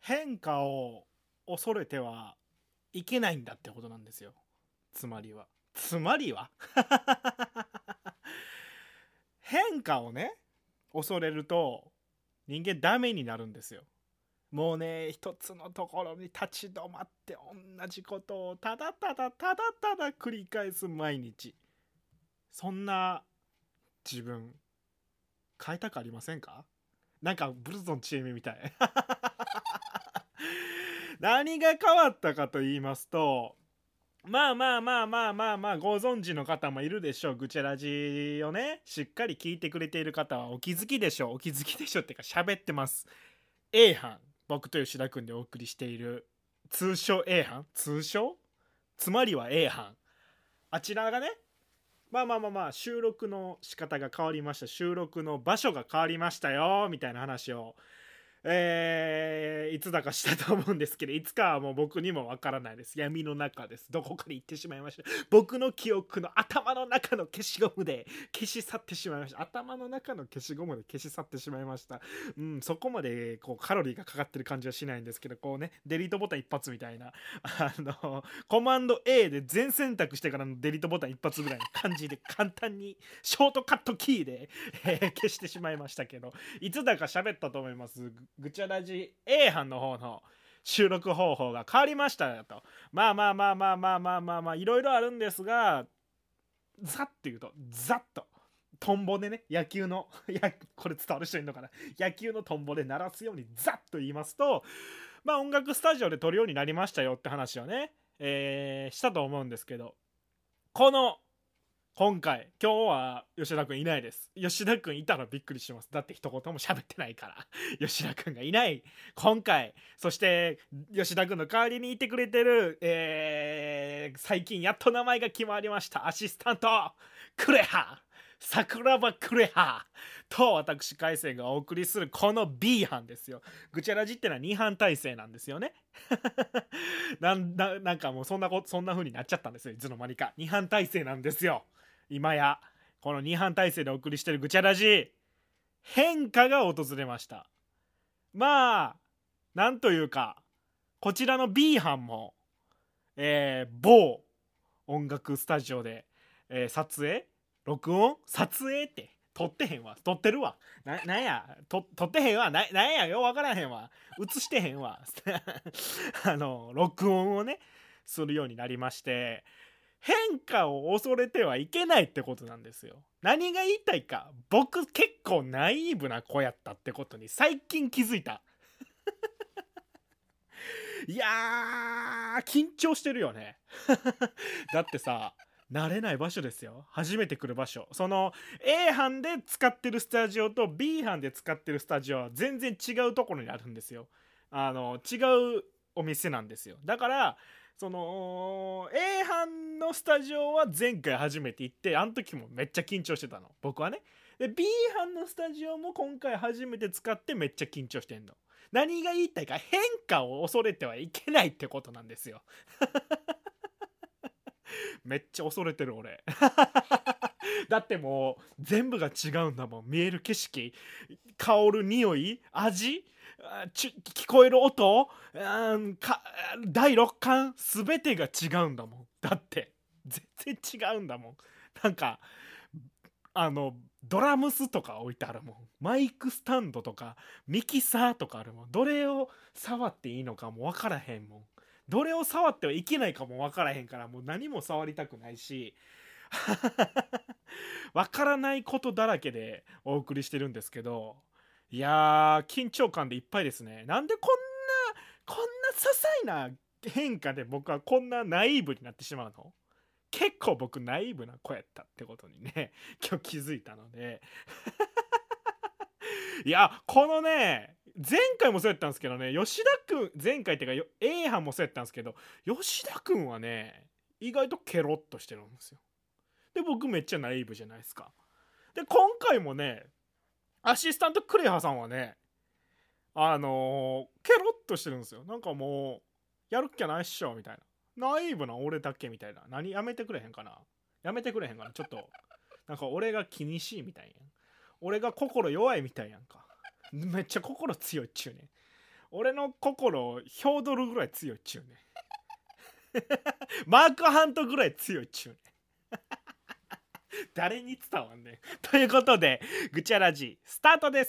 変化を恐れてはいけないんだってことなんですよ。つまりは。変化をね、恐れると人間ダメになるんですよ。もうね、一つのところに立ち止まって同じことをただ繰り返す毎日。そんな自分変えたくありませんか？なんかブルゾンちえみみたい。何が変わったかと言いますと、ご存知の方もいるでしょう。ぐちゃらじをね、しっかり聞いてくれている方はお気づきでしょう。お気づきでしょうってか喋ってます。A 班、僕と吉田くんでお送りしている、通称 A 班、通称つまりは A 班。あちらがね、収録の仕方が変わりました。収録の場所が変わりましたよ、みたいな話をいつだかしたと思うんですけど、いつかはもう僕にもわからないです。闇の中です。どこかに行ってしまいました。僕の記憶の頭の中の消しゴムで消し去ってしまいました。頭の中の消しゴムで消し去ってしまいました。そこまでこうカロリーがかかってる感じはしないんですけど、こうね、デリートボタン一発みたいな、コマンド A で全選択してからのデリートボタン一発ぐらいの感じで簡単にショートカットキーで、消してしまいましたけど、いつだか喋ったと思います。ぐちゃらじ A 班の方の収録方法が変わりましたよと。いろいろあるんですが、ざって言うと、ざっと。トンボでね、野球の、これ伝わる人いるのかな、野球のトンボで鳴らすようにざっと言いますと、音楽スタジオで撮るようになりましたよって話をね、したと思うんですけど、今日は吉田くんいないです。吉田くんいたらびっくりします。だって一言も喋ってないから。吉田くんがいない。今回、そして吉田くんの代わりにいてくれてる、最近やっと名前が決まりました。アシスタント、クレハ桜庭クレハと私海星がお送りするこの B 班ですよ。ぐちゃらじってのは2班体制なんですよね。なんかもうそんな風になっちゃったんですよ。いつの間にか2班体制なんですよ。今やこの2班体制でお送りしてるぐちゃらじ、変化が訪れました。なんというか、こちらの B 班も、某音楽スタジオで、撮影録音撮影って撮ってへんわ、撮ってるわ、なんや撮ってへんわ、なんやようわからへんわ、映してへんわ録音をねするようになりまして、変化を恐れてはいけないってことなんですよ。何が言いたいか、僕結構ナイーブな子やったってことに最近気づいた。いやー緊張してるよね。だってさ、慣れない場所ですよ。初めて来る場所。その A 班で使ってるスタジオと B 班で使ってるスタジオは全然違うところにあるんですよ。違うお店なんですよ。だからその A 班のスタジオは前回初めて行って、あの時もめっちゃ緊張してたの、僕はね。で B 班のスタジオも今回初めて使ってめっちゃ緊張してんの。何が言いたいか、変化を恐れてはいけないってことなんですよ。めっちゃ恐れてる俺。だってもう全部が違うんだもん。見える景色、香る匂い、味、聞こえる音、第六感、全てが違うんだもん。だって全然違うんだもん。なんかドラムスとか置いてあるもん。マイクスタンドとかミキサーとかあるもん。どれを触っていいのかも分からへんもん。どれを触ってはいけないかも分からへんから、もう何も触りたくないし分からないことだらけでお送りしてるんですけど、いやー緊張感でいっぱいですね。なんでこんな些細な変化で僕はこんなナイーブになってしまうの？結構僕ナイーブな子やったってことにね、今日気づいたのでいやこのね、前回もそうやったんですけどね、吉田くん、前回っていうか A 班もそうやったんですけど、吉田くんはね意外とケロッとしてるんですよ。で僕めっちゃナイーブじゃないですか。で今回もね、アシスタントクレハさんはね、ケロッとしてるんですよ。なんかもうやるっきゃないっしょみたいな、ナイーブな俺だけみたいな、何やめてくれへんかな、やめてくれへんかな、ちょっとなんか俺が気にしいみたいやん、俺が心弱いみたいやんか。めっちゃ心強いっちゅうねん。 俺の心ヒョードルぐらい強いっちゅうねマークハントぐらい強いっちゅうね誰に伝わんねんということでぐちゃラジスタートです。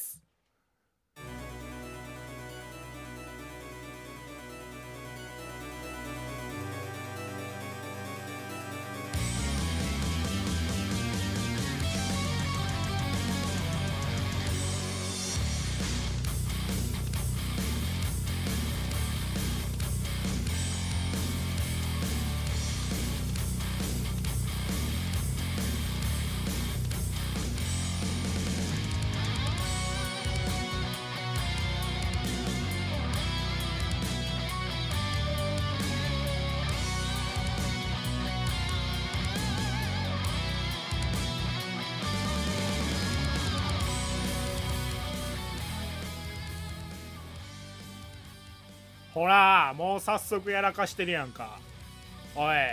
ほらもう早速やらかしてるやんかおい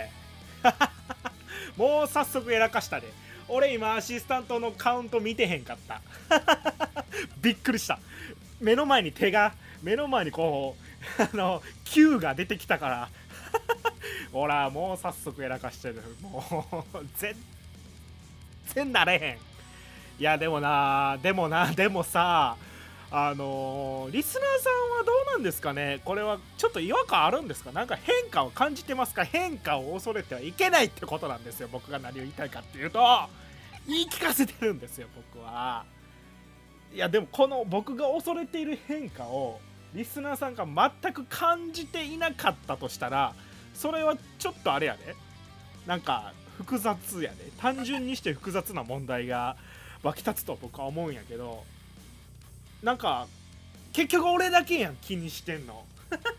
もう早速やらかしたで。俺今アシスタントのカウント見てへんかったびっくりした。目の前にこう9が出てきたからほらもう早速やらかしてる。もう全然なれへん。いやでもさリスナーさんはどうなんですかね。これはちょっと違和感あるんですか。なんか変化を感じてますか。変化を恐れてはいけないってことなんですよ。僕が何を言いたいかっていうと、言い聞かせてるんですよ僕は。いやでもこの僕が恐れている変化をリスナーさんが全く感じていなかったとしたら、それはちょっとあれやで、なんか複雑やで。単純にして複雑な問題が湧き立つと僕は思うんやけど、なんか結局俺だけやん気にしてんの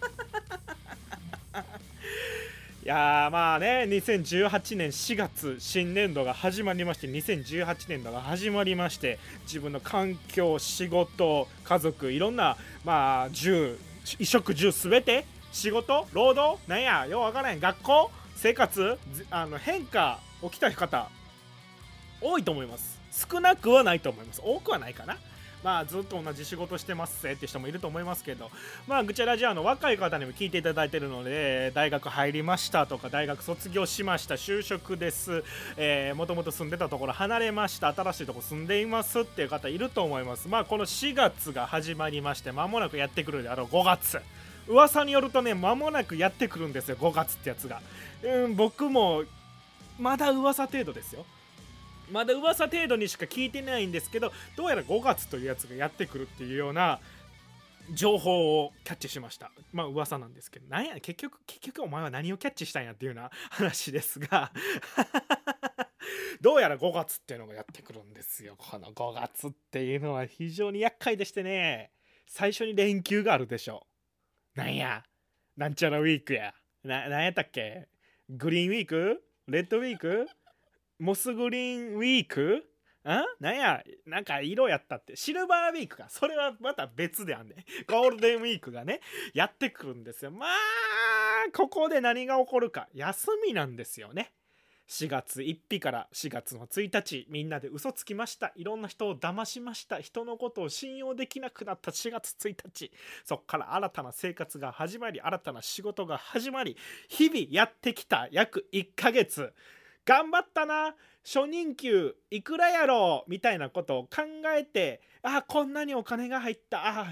いやまあね、2018年4月新年度が始まりまして、2018年度が始まりまして、自分の環境、仕事、家族、いろんなまあ衣食住すべて、仕事、労働、なんやようわからん、学校生活、変化起きた方多いと思います。少なくはないと思います。多くはないかな。まあずっと同じ仕事してますって人もいると思いますけど、まあぐちゃラジオ若い方にも聞いていただいてるので、大学入りましたとか、大学卒業しました、就職です、もともと住んでたところ離れました、新しいところ住んでいますっていう方いると思います。まあこの4月が始まりまして、間もなくやってくるであろう5月、噂によるとね、間もなくやってくるんですよ5月ってやつが。僕もまだ噂程度ですよ。まだ噂程度にしか聞いてないんですけど、どうやら5月というやつがやってくるっていうような情報をキャッチしました。まあ噂なんですけど、なんや結局お前は何をキャッチしたんやっていうような話ですがどうやら5月っていうのがやってくるんですよ。この5月っていうのは非常に厄介でしてね、最初に連休があるでしょ。なんやなんちゃらウィークや、なんやったっけ、グリーンウィーク、レッドウィーク、モスグリーンウィーク、なんや、なんか色やったって、シルバーウィークか、それはまた別であんねん。ゴールデンウィークがねやってくるんですよ。まあここで何が起こるか、休みなんですよね。4月1日から4月の1日、みんなで嘘つきました。いろんな人を騙しました。人のことを信用できなくなった4月1日。そっから新たな生活が始まり、新たな仕事が始まり、日々やってきた約1ヶ月。頑張ったな、初任給いくらやろうみたいなことを考えて、こんなにお金が入った、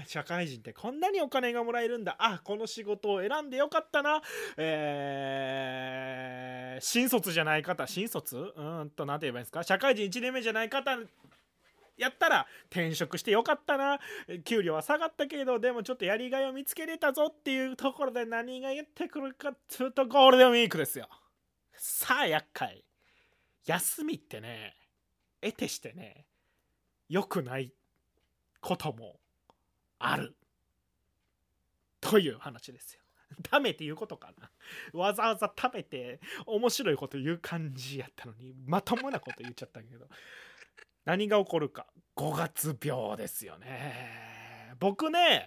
社会人ってこんなにお金がもらえるんだ、この仕事を選んでよかったな、新卒じゃない方、なんて言えばいいんですか、社会人1年目じゃない方やったら転職してよかったな、給料は下がったけどでもちょっとやりがいを見つけれたぞっていうところで、何がやってくるかっていうとゴールデンウィークですよ。さあ厄介。休みってね、得てしてね、良くないこともあるという話ですよ。ダメっていうことかな。わざわざ食べて面白いこと言う感じやったのに、まともなこと言っちゃったけど、何が起こるか、5月病ですよね。僕今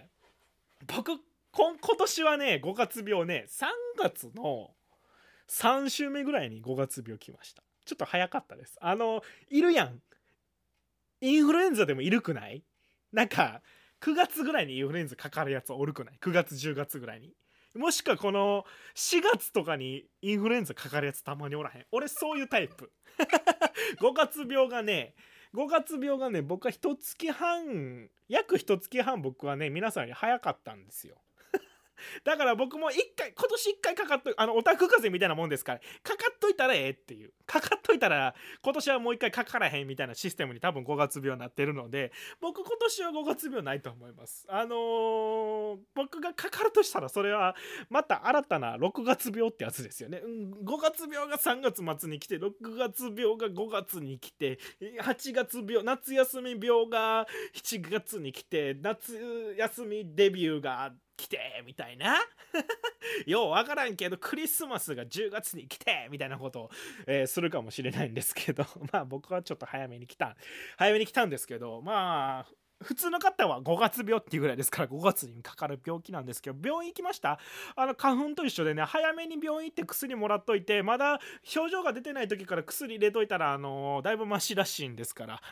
年はね、5月病ね、3月の3週目ぐらいに5月病来ました。ちょっと早かったです。いるやん、インフルエンザでもいるくない？なんか 9月ぐらいにインフルエンザかかるやつおるくない？ 9 月10月ぐらいに。もしくはこの4月とかにインフルエンザかかるやつたまにおらへん？俺そういうタイプ。5月病がね、僕は約一月半僕はね、皆さんより早かったんですよ。だから僕も今年1回かかっとオタク風邪みたいなもんですから、かかっといたらええっていう、かかっといたら今年はもう1回かからへんみたいなシステムに多分5月病になってるので、僕今年は5月病ないと思います。僕がかかるとしたらそれはまた新たな6月病ってやつですよね。5月病が3月末に来て、6月病が5月に来て、8月病、夏休み病が7月に来て、夏休みデビューが来てみたいなようわからんけどクリスマスが10月に来てみたいなことを、するかもしれないんですけどまあ僕はちょっと早めに来たんですけど、まあ普通の方は5月病っていうぐらいですから5月にかかる病気なんですけど、病院行きました？花粉と一緒でね、早めに病院行って薬もらっといて、まだ症状が出てない時から薬入れといたらだいぶマシらしいですから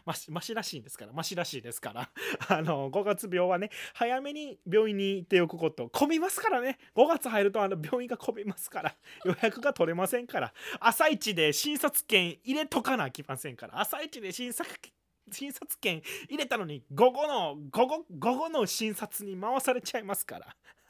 5月病はね、早めに病院に行っておくこと。混みますからね、5月入ると病院が混みますから、予約が取れませんから、朝一で診察券入れとかなきませんから、朝一で診察券入れたのに午後の診察に回されちゃいますから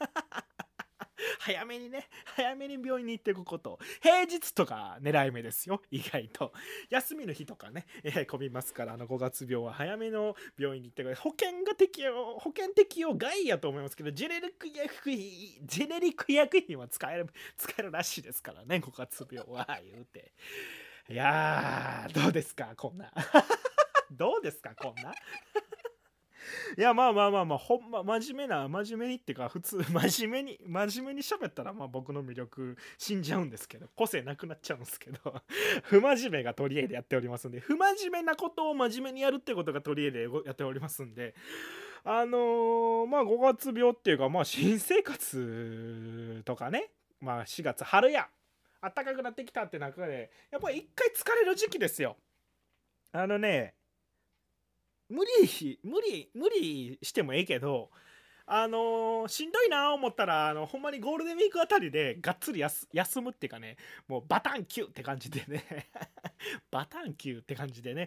早めに病院に行っていくこと。平日とか狙い目ですよ、意外と。休みの日とかね、混みますから、5月病は早めの病院に行ってください。保険適用外やと思いますけど、ジェネリック薬品は使えるらしいですからね、5月病は言うて。いやー、どうですかこんな。どうですかこんな。いや、まあほんま真面目にっていうか、普通真面目に喋ったら僕の魅力死んじゃうんですけど、個性なくなっちゃうんですけど不真面目が取り柄でやっておりますんで、不真面目なことを真面目にやるってことが取り柄でやっておりますんで、5月病っていうか、新生活とかね、4月春や暖かくなってきたって中でやっぱり一回疲れる時期ですよ。無理してもええけど、しんどいな思ったらほんまにゴールデンウィークあたりでがっつり休むっていうかね、もうバタンキューって感じでねバタンキューって感じでね、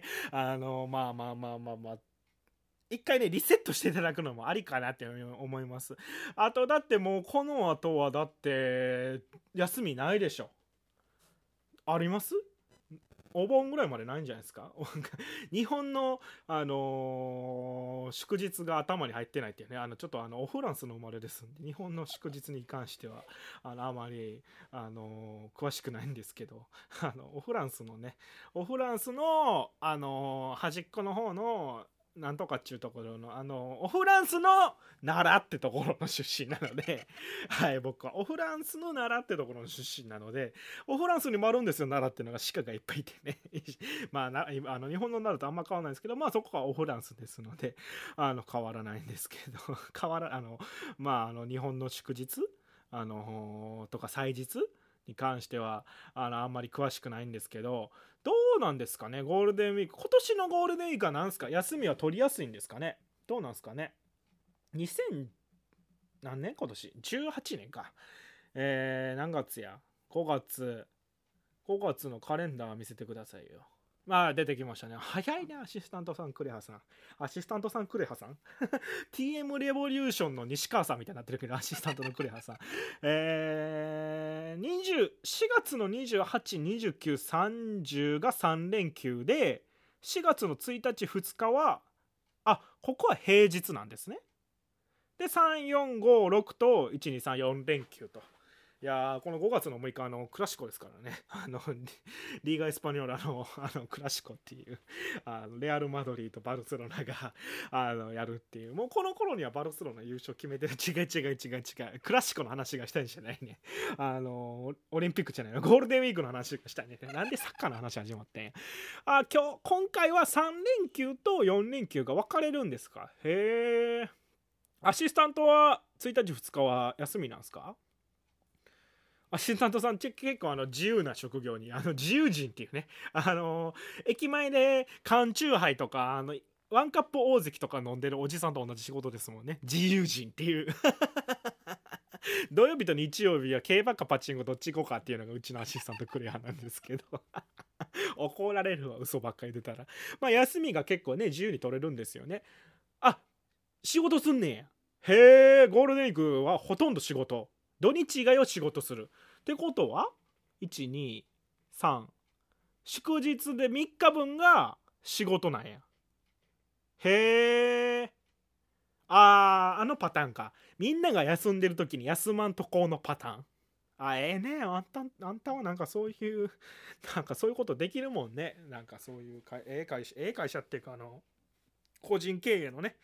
一回ねリセットしていただくのもありかなって思います。あとだってもうこの後はだって休みないでしょ。あります？お盆ぐらいまでないんじゃないですか日本の、祝日が頭に入ってないっていうね、ちょっとオフランスの生まれですんで、日本の祝日に関してはあまり、詳しくないんですけど、オフランスの、端っこの方のなんとかっちゅうところのオフランスの奈良ってところの出身なのではい僕はオフランスの奈良ってところの出身なので、オフランスにもあるんですよ奈良っていうのが、鹿がいっぱいいてね日本の奈良とあんま変わらないですけど、そこはオフランスですので変わらないんですけど日本の祝日とか祭日に関してはあんまり詳しくないんですけど、どうなんですかねゴールデンウィーク、今年のゴールデンウィークは何すか、休みは取りやすいんですかね、どうなんですかね。2000何年今年18年か、何月や、5月のカレンダー見せてくださいよ。出てきましたね。早いね、アシスタントさんクレハさん TM レボリューションの西川さんみたいになってるけど、アシスタントのクレハさん4月の28、29、30が3連休で、4月の1日2日はここは平日なんですね。で3456と1234連休と。いやー、この5月の6日クラシコですからね、リーガ・エスパニョーラのクラシコっていうレアル・マドリーとバルセロナがやるっていう、もうこの頃にはバルセロナ優勝決めてる。違うクラシコの話がしたいんじゃないね、オリンピックじゃないよ、ゴールデンウィークの話がしたいね。なんでサッカーの話始まってん。今回は3連休と4連休が分かれるんですか。へえ。アシスタントは1日2日は休みなんですか。アシスタントさん結構自由な職業に自由人っていうね、駅前で缶チューハイとかワンカップ大関とか飲んでるおじさんと同じ仕事ですもんね。自由人っていう土曜日と日曜日は競馬かパチンコどっち行こうかっていうのがうちのアシスタントクレアなんですけど怒られるわ、嘘ばっかり出たら。まあ休みが結構ね自由に取れるんですよね。あ、仕事すんねんや。へえ、ゴールデンウィークはほとんど仕事。土日以外は仕事するってことは123祝日で3日分が仕事なんや。へえ。あのパターンか。みんなが休んでる時に休まんとこのパターン。ええね、あんたはなんかそういうなんかそういうことできるもんね。なんかそういう会社っていうか個人経営のね、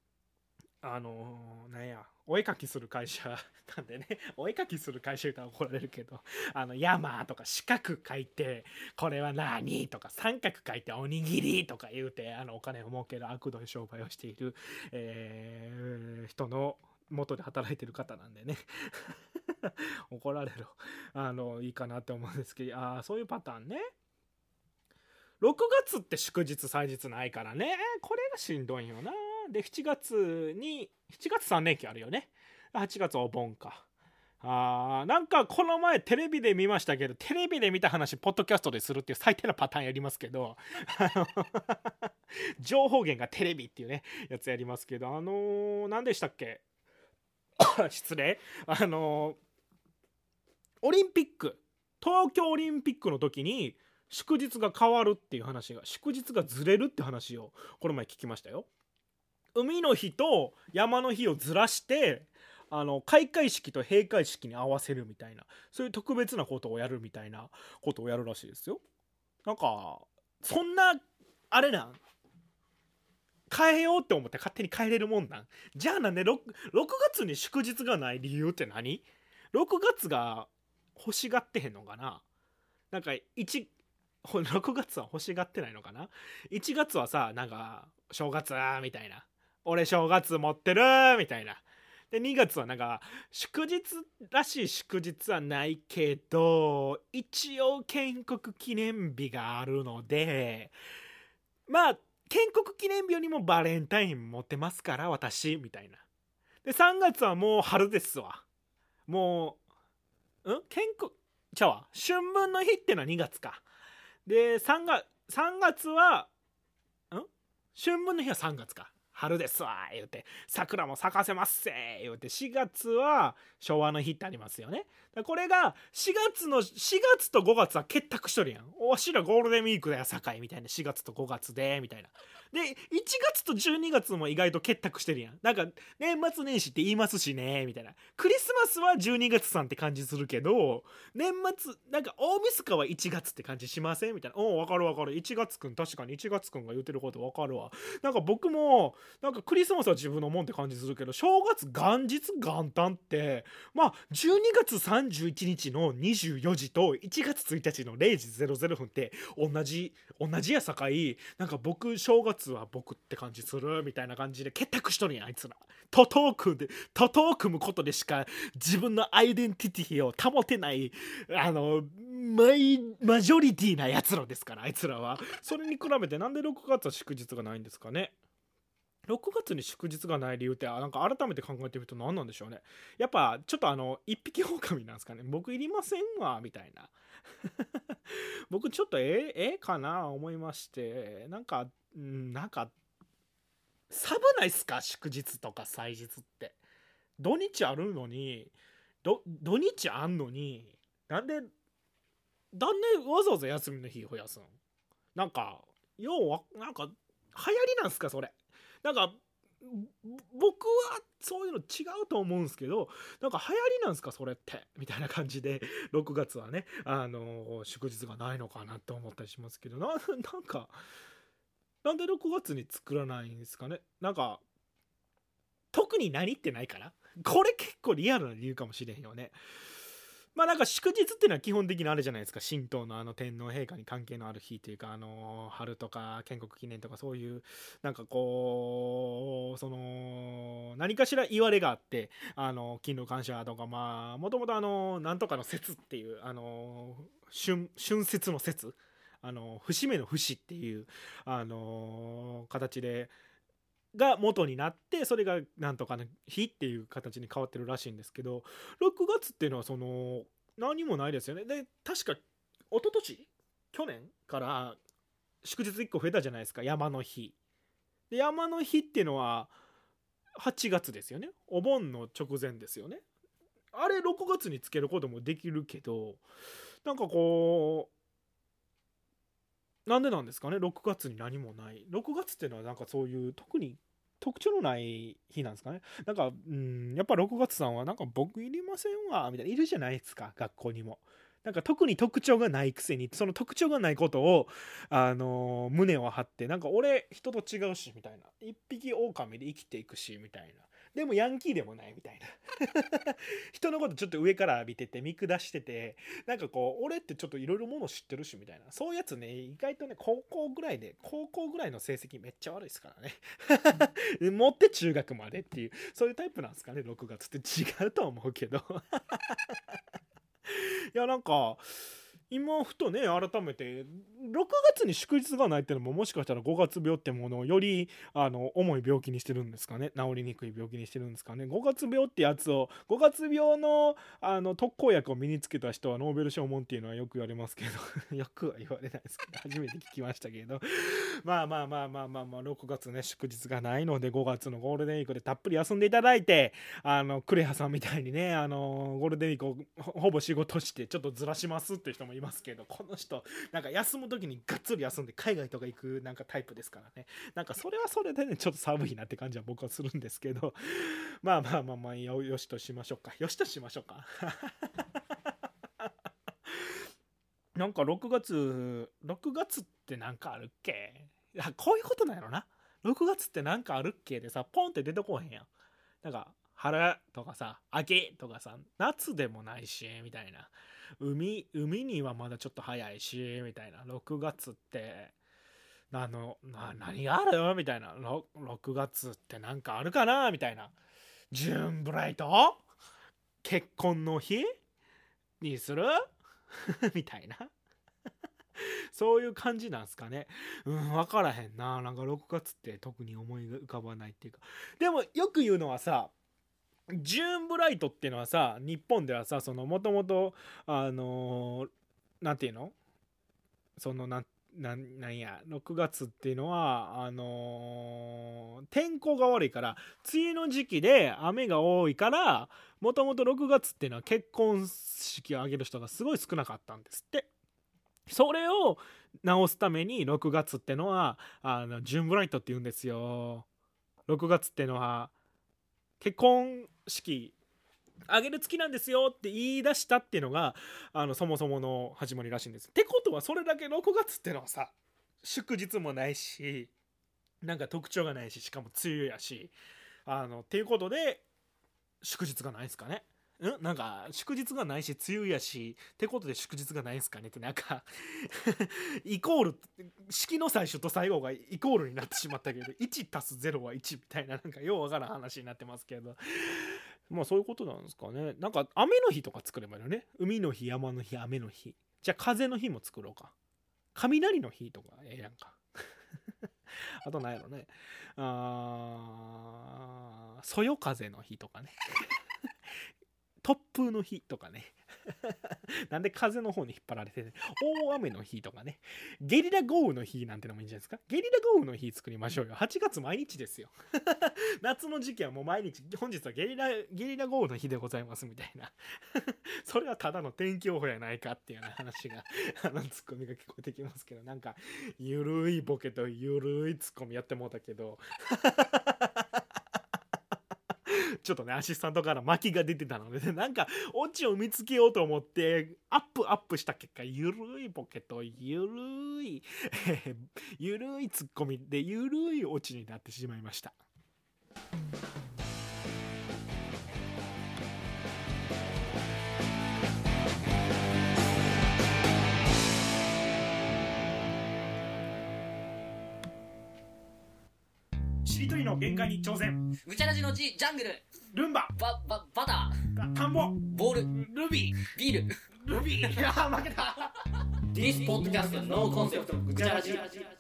なんや、お絵かきする会社なんでね、お絵かきする会社言ったら怒られるけど、山とか四角書いて、これは何とか、三角書いておにぎりとか言うて、お金を儲ける悪どい商売をしている、人の元で働いてる方なんでね、怒られる、いいかなって思うんですけど、そういうパターンね。6月って祝日祭日ないからね、これがしんどいよな。で7月3連休あるよね。8月お盆か。なんかこの前テレビで見ましたけど、テレビで見た話ポッドキャストでするっていう最低なパターンやりますけど情報源がテレビっていうねやつやりますけど、何でしたっけ失礼。オリンピック、東京オリンピックの時に祝日が変わるっていう話が、祝日がずれるって話をこの前聞きましたよ。海の日と山の日をずらして開会式と閉会式に合わせるみたいな、そういう特別なことをやるみたいなことをやるらしいですよ。なんかそんなあれなん変えようって思って勝手に変えれるもんなん。じゃあなんで 6月に祝日がない理由って何？ 6 月が欲しがってへんのかな。なんか6月は欲しがってないのかな。1月はさ、なんか正月みたいな、俺正月持ってるみたいな。で2月はなんか祝日らしい祝日はないけど一応建国記念日があるので、まあ建国記念日よりもバレンタイン持ってますから私みたいな。で3月はもう春ですわ。もう建国ちゃうわ、春分の日ってのは2月か。で3月は春分の日は3月か。春ですわ言うて、桜も咲かせますせ言うて、4月は昭和の日ってありますよね。これが4月と5月は結託しとるやん。おしらゴールデンウィークだよ境みたいな、4月と5月でみたいな。で1月と12月も意外と結託してるやん。なんか年末年始って言いますしねみたいな。クリスマスは12月さんって感じするけど、年末なんか大晦日は1月って感じしませんみたいな。わかるわかる、1月くん確かに1月くんが言ってることわかるわ。なんか僕もなんかクリスマスは自分のもんって感じするけど、正月元日元旦ってまあ12月31日の24時と1月1日の0時00分って同じやさかい、なんか僕正月は僕って感じするみたいな感じで結託しとるやんあいつら。徒党組むことでしか自分のアイデンティティを保てないマジョリティなやつらですから、あいつらは。それに比べてなんで6月は祝日がないんですかね。6月に祝日がない理由ってなんか改めて考えてみると何なんでしょうね。やっぱちょっと一匹狼なんですかね。僕いりませんわみたいな僕ちょっとかな思いまして、なんかサブないっすか祝日とか祭日って。土日あるのに土日あんのになんでわざわざ休みの日増やすん。なんかなんか流行りなんすかそれ。なんか僕はそういうの違うと思うんすけど、なんか流行りなんすかそれってみたいな感じで6月はね祝日がないのかなって思ったりしますけど、なんかなんで6月に作らないんですかね。なんか特に何ってないかな。これ結構リアルな理由かもしれんよね。まあなんか祝日っていうのは基本的にあれじゃないですか。神道の天皇陛下に関係のある日というか、春とか建国記念とかそういうなんかこう何かしら言われがあって、勤労感謝とか、まあもともとなんとかの節っていう春節の節節目の節っていう、形でが元になって、それがなんとかの日っていう形に変わってるらしいんですけど、6月っていうのは何もないですよね。で確か一昨年去年から祝日1個増えたじゃないですか、山の日で。山の日っていうのは8月ですよね。お盆の直前ですよね。あれ6月につけることもできるけど、なんかなんでなんですかね、6月に何もない。6月っていうのはなんかそういう特に特徴のない日なんですかね。なんかやっぱ6月さんはなんか僕いりませんわみたいな、いるじゃないですか、学校にも。なんか特に特徴がないくせに、その特徴がないことを胸を張って、なんか俺人と違うしみたいな、一匹狼で生きていくしみたいな、でもヤンキーでもないみたいな人のことちょっと上から浴びてて見下してて、なんか俺ってちょっといろいろもの知ってるしみたいな、そういうやつね、意外とね、高校ぐらいの成績めっちゃ悪いですからね持って中学までっていう、そういうタイプなんですかね、6月って。違うと思うけどいや、なんか今ふとね、改めて6月に祝日がないっていうのも、もしかしたら5月病ってものをより重い病気にしてるんですかね。治りにくい病気にしてるんですかね。5月病ってやつを、5月病の特効薬を身につけた人はノーベル賞もんっていうのはよく言われますけどよくは言われないですけど、初めて聞きましたけどまあ6月ね、祝日がないので、5月のゴールデンウィークでたっぷり休んでいただいて、クレハさんみたいにね、ゴールデンウィークをほぼ仕事してちょっとずらしますっていう人もいますけど、この人なんか休む時にがっつり休んで海外とか行くなんかタイプですからね。なんかそれはそれでね、ちょっと寒いなって感じは僕はするんですけど、まあよしとしましょうか。なんか6月ってなんかあるっけ。いや、こういうことなんやろな。6月ってなんかあるっけでさ、ポンって出てこへんやん。なんか春とかさ、秋とかさ、夏でもないしみたいな、海にはまだちょっと早いしみたいな。6月って何があるみたいな。6月ってなんかあるかなみたいな。ジューンブライト結婚の日にするみたいなそういう感じなんすかね。分からへんな。なんか6月って特に思い浮かばないっていうか。でもよく言うのはさ、ジューンブライトっていうのはさ、日本ではさ、もともとなんていうの、なんや、6月っていうのは天候が悪いから、梅雨の時期で雨が多いから、もともと6月っていうのは結婚式を挙げる人がすごい少なかったんですって。それを直すために6月ってのはジューンブライトって言うんですよ。6月ってのは結婚式あげる月なんですよって言い出したっていうのがそもそもの始まりらしいんです。ってことはそれだけ6月ってのはさ、祝日もないし、なんか特徴がないし、しかも梅雨やしっていうことで祝日がないですかね。なんか祝日がないし梅雨やしってことで祝日がないんすかねって、なんかイコール、式の最初と最後がイコールになってしまったけど、1+0 は1みたいな、なんかようわからん話になってますけど、まあそういうことなんですかね。なんか雨の日とか作ればいいよね。海の日、山の日、雨の日。じゃあ風の日も作ろうか。雷の日とかええやんかあと何やろね、そよ風の日とかね突風の日とかねなんで風の方に引っ張られてね、大雨の日とかね、ゲリラ豪雨の日なんてのもいいんじゃないですか。ゲリラ豪雨の日作りましょうよ。8月毎日ですよ夏の時期はもう毎日、本日はゲリラ豪雨の日でございますみたいなそれはただの天気予報やないかっていうような話がツッコミが聞こえてきますけど、なんかゆるいボケとゆるいツッコミやってもうたけどちょっとね、アシスタントから巻きが出てたので、ね、なんかオチを見つけようと思ってアップした結果、ゆるいボケとゆるいツッコミでゆるいオチになってしまいました。しりとりの限界に挑戦。 ぐちゃらじのジャングル。 ルンバ。 バター。 田んぼ。 ボール。 ルビー。 ビール。 ルビー。いや負けた This podcast no concept ぐちゃらじ。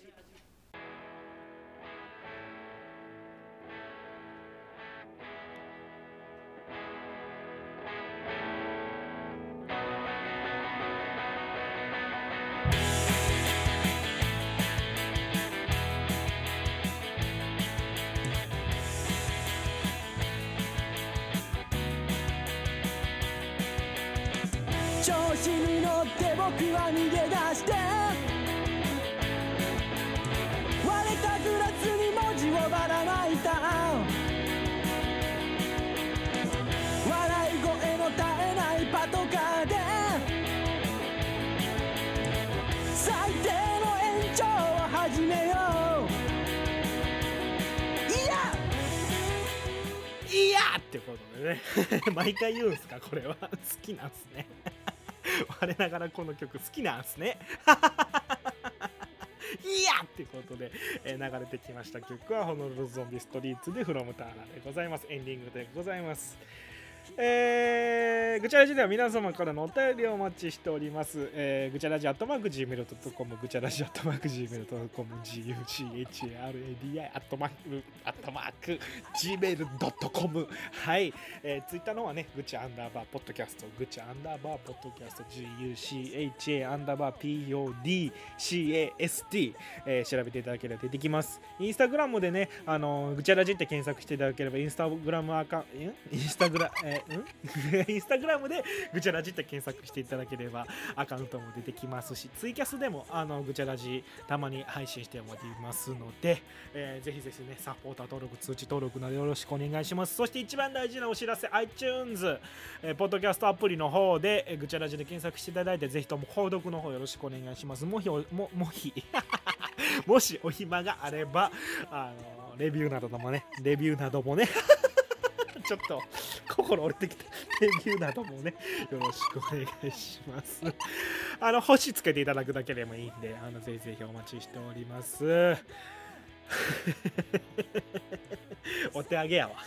調子に乗って僕は逃げ出して割れたグラスに文字をばらまいた笑い声の絶えないパトカーで最低の延長を始めよういやってことでね毎回言うんすかこれは好きなんすね我ながらこの曲好きなんすねいやってことで、流れてきました曲はホノルルゾンビストリートで From Turner でございます。エンディングでございます。ぐちゃらじでは皆様からのお便りをお待ちしております。ぐちゃらじ@gmail.com ぐちゃらじ@gmail.com gucci@gmail.com はい、ツイッターの方はねぐちゃアンダーバーポッドキャストぐちゃアンダーバーポッドキャスト gucha アンダーバー podcast、調べていただければ出てきます。インスタグラムでねぐちゃらじって検索していただければインスタグラムでぐちゃらじって検索していただければアカウントも出てきますし、ツイキャスでもぐちゃらじたまに配信しておりますので、ぜひぜひねサポーター登録通知登録などよろしくお願いします。そして一番大事なお知らせ iTunes、ポッドキャストアプリの方でぐちゃらじで検索していただいてぜひとも購読の方よろしくお願いします。もしお暇があればレビューなどもねちょっと心折れてきたレビューなどもねよろしくお願いします星つけていただくだけでもいいんでぜひぜひお待ちしておりますお手上げやわ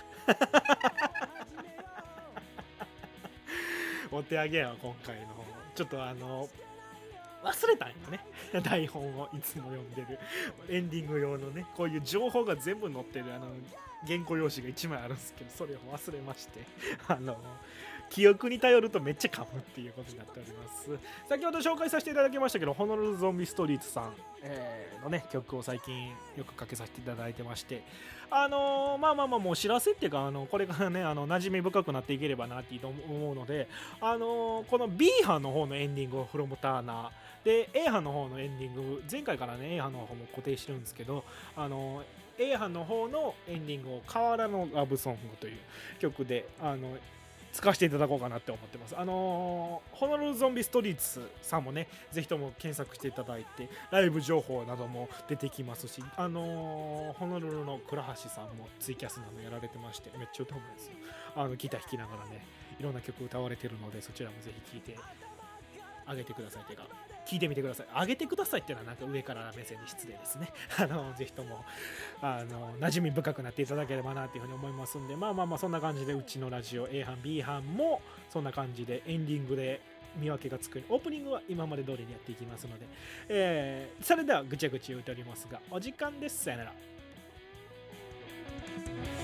お手上げやわ今回の方ちょっと忘れたんよね台本をいつも読んでるエンディング用のねこういう情報が全部載ってる原稿用紙が1枚あるんですけどそれを忘れまして記憶に頼るとめっちゃ噛むっていうことになっております。先ほど紹介させていただきましたけどホノルルゾンビストリートさん、のね曲を最近よくかけさせていただいてましてもうお知らせっていうかこれからね馴染み深くなっていければなって思うのでこの B 班の方のエンディングを From Turnerで A 班の方のエンディング前回からね A 班の方も固定してるんですけどA 班の方のエンディングを河原のラブソングという曲で使わせていただこうかなって思ってます。ホノルルゾンビストリートさんもねぜひとも検索していただいてライブ情報なども出てきますしホノルルの倉橋さんもツイキャスなどやられてましてめっちゃ歌うんですよ。ギター弾きながらねいろんな曲歌われてるのでそちらもぜひ聴いてあげてくださいというか聞いてみてください。あげてくださいっていうのはなんか上から目線に失礼ですねぜひとも馴染み深くなっていただければなっていうふうに思いますんでそんな感じでうちのラジオ A 班 B 班もそんな感じでエンディングで見分けがつくオープニングは今まで通りにやっていきますので、それではぐちゃぐちゃ言うておりますがお時間です。さよなら。